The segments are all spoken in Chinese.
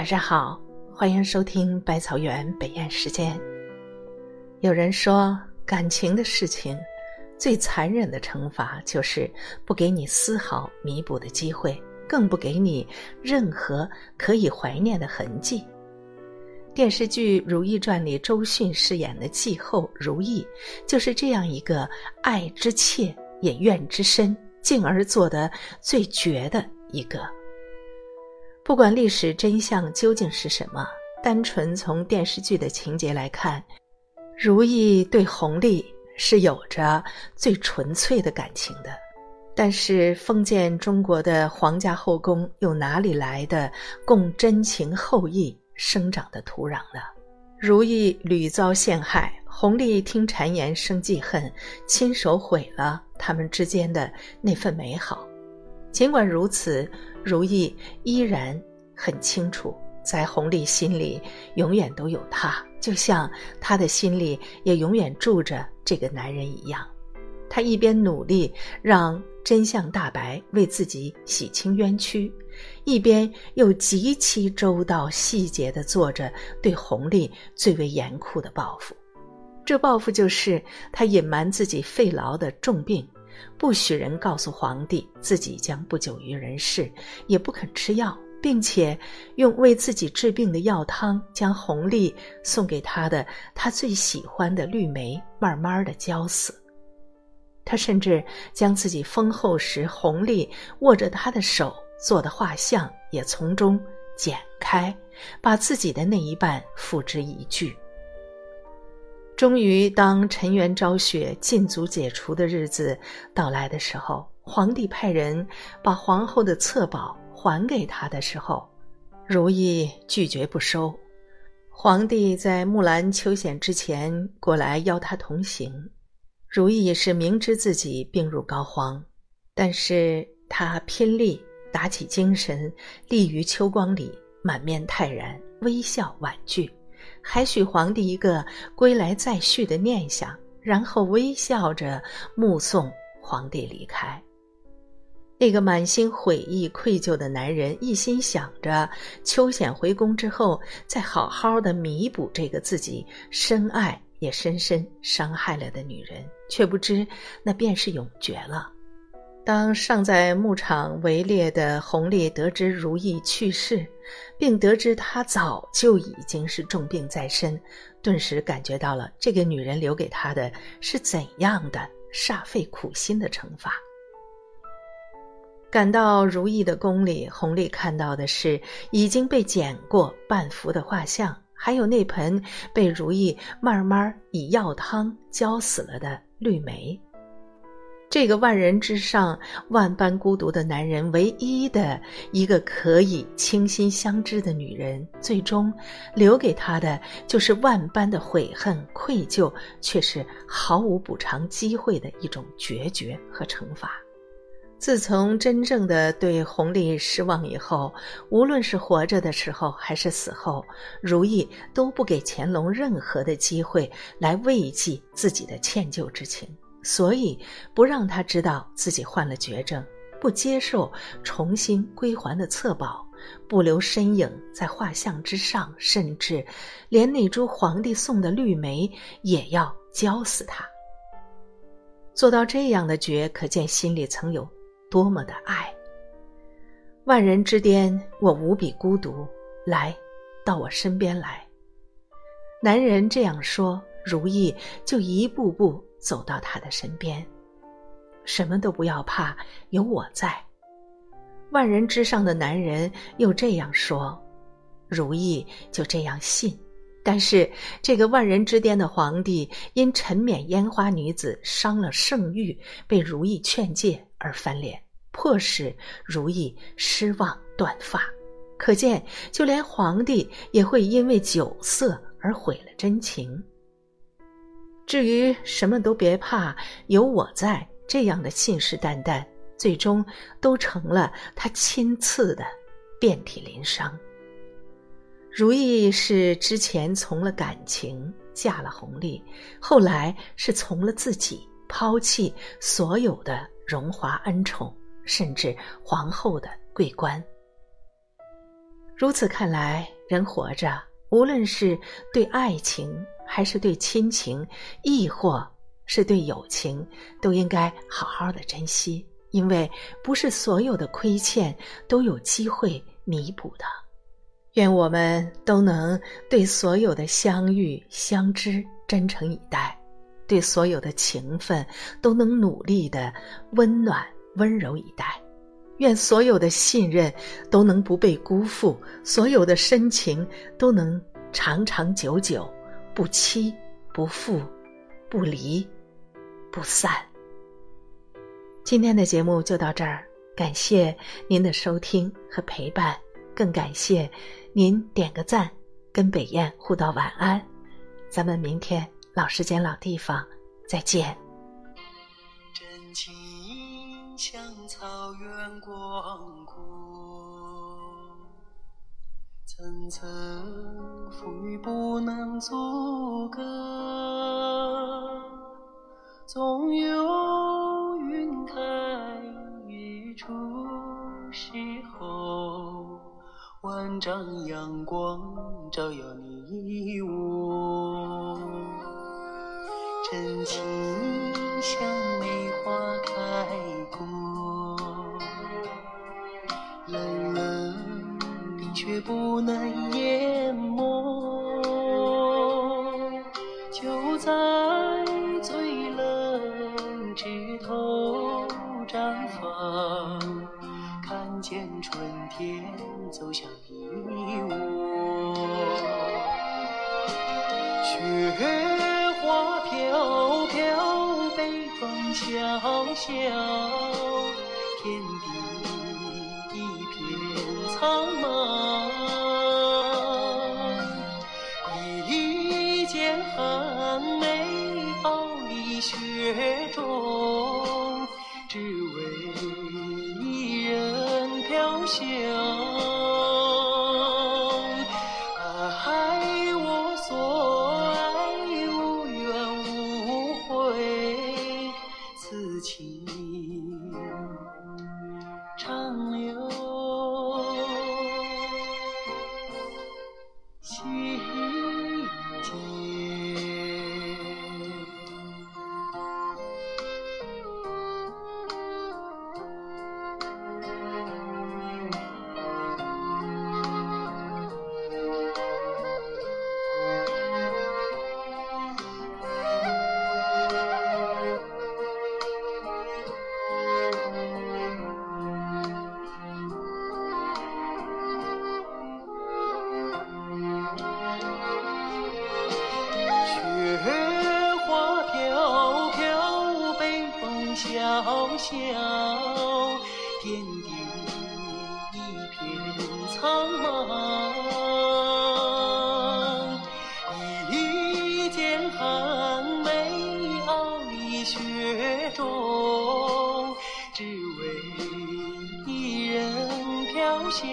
晚上好，欢迎收听百草园北燕时间。有人说，感情的事情最残忍的惩罚就是不给你丝毫弥补的机会，更不给你任何可以怀念的痕迹。电视剧《如懿传》里周迅饰演的继后如懿，就是这样一个爱之切也怨之深，进而做得最绝的一个。不管历史真相究竟是什么，单纯从电视剧的情节来看，如懿对弘历是有着最纯粹的感情的。但是封建中国的皇家后宫又哪里来的供真情厚谊生长的土壤呢？如懿屡遭陷害，弘历听谗言生记恨，亲手毁了他们之间的那份美好。尽管如此，如懿依然很清楚，在弘历心里永远都有他，就像他的心里也永远住着这个男人一样。他一边努力让真相大白，为自己洗清冤屈，一边又极其周到细节地做着对弘历最为严酷的报复。这报复就是他隐瞒自己肺痨的重病，不许人告诉皇帝自己将不久于人世，也不肯吃药，并且用为自己治病的药汤将弘历送给他的他最喜欢的绿莓慢慢地浇死。他甚至将自己封后时弘历握着他的手做的画像也从中剪开，把自己的那一半付之一炬。终于当沉冤昭雪禁足解除的日子到来的时候，皇帝派人把皇后的册宝还给他的时候，如懿拒绝不收。皇帝在木兰秋险之前过来邀他同行，如懿是明知自己病入膏肓，但是他拼力打起精神，立于秋光里，满面泰然，微笑婉拒，还许皇帝一个归来再续的念想，然后微笑着目送皇帝离开。那个满心悔意愧疚的男人一心想着秋险回宫之后再好好的弥补这个自己深爱也深深伤害了的女人，却不知那便是永绝了。当尚在牧场围猎的弘历得知如懿去世，并得知她早就已经是重病在身，顿时感觉到了这个女人留给他的是怎样的煞费苦心的惩罚。赶到如懿的宫里，弘历看到的是已经被剪过半幅的画像，还有那盆被如懿慢慢以药汤浇死了的绿莓。这个万人之上万般孤独的男人，唯一的一个可以倾心相知的女人，最终留给他的就是万般的悔恨愧疚，却是毫无补偿机会的一种决绝和惩罚。自从真正的对弘历失望以后，无论是活着的时候还是死后，如懿都不给乾隆任何的机会来慰藉自己的歉疚之情，所以不让他知道自己患了绝症，不接受重新归还的册宝，不留身影在画像之上，甚至连那株皇帝送的绿莓也要浇死他。做到这样的绝，可见心里曾有多么的爱。万人之巅，我无比孤独，来，到我身边来。男人这样说，如懿就一步步走到他的身边。什么都不要怕，有我在。万人之上的男人又这样说，如懿就这样信。但是这个万人之巅的皇帝因沉湎烟花女子伤了圣誉，被如懿劝诫而翻脸，迫使如懿失望断发。可见就连皇帝也会因为酒色而毁了真情。至于什么都别怕，有我在，这样的信誓旦旦，最终都成了他亲赐的遍体鳞伤。如懿是之前从了感情嫁了弘历，后来是从了自己，抛弃所有的荣华恩宠，甚至皇后的桂冠。 如此看来，人活着，无论是对爱情，还是对亲情，亦或是对友情，都应该好好的珍惜，因为不是所有的亏欠都有机会弥补的。愿我们都能对所有的相遇相知真诚以待，对所有的情分都能努力的温暖温柔以待。愿所有的信任都能不被辜负，所有的深情都能长长久久，不期不负，不离不散。今天的节目就到这儿，感谢您的收听和陪伴，更感谢您点个赞，跟北燕互道晚安。咱们明天老时间老地方再见。 真情像草原广阔，层层浮雨不能阻隔，总有云开日出时候，万丈阳光照耀你我。真情像梅花开过，冷冷冰雪不能淹没，就在最冷枝头绽放，看见春天走向你我。雪花飘飘，北风萧萧，天地一片苍茫。一剪寒梅傲立雪中，只为一人飘香。爱我所爱，无怨无悔，此情长留心间。萧萧，天地一片苍茫。一剪寒梅傲立雪中，只为一人飘香。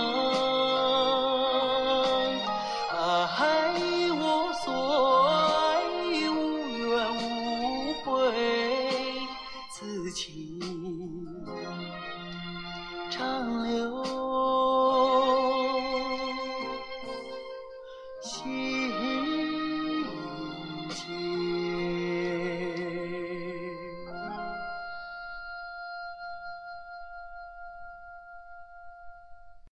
爱我所爱，无怨无悔，此情长留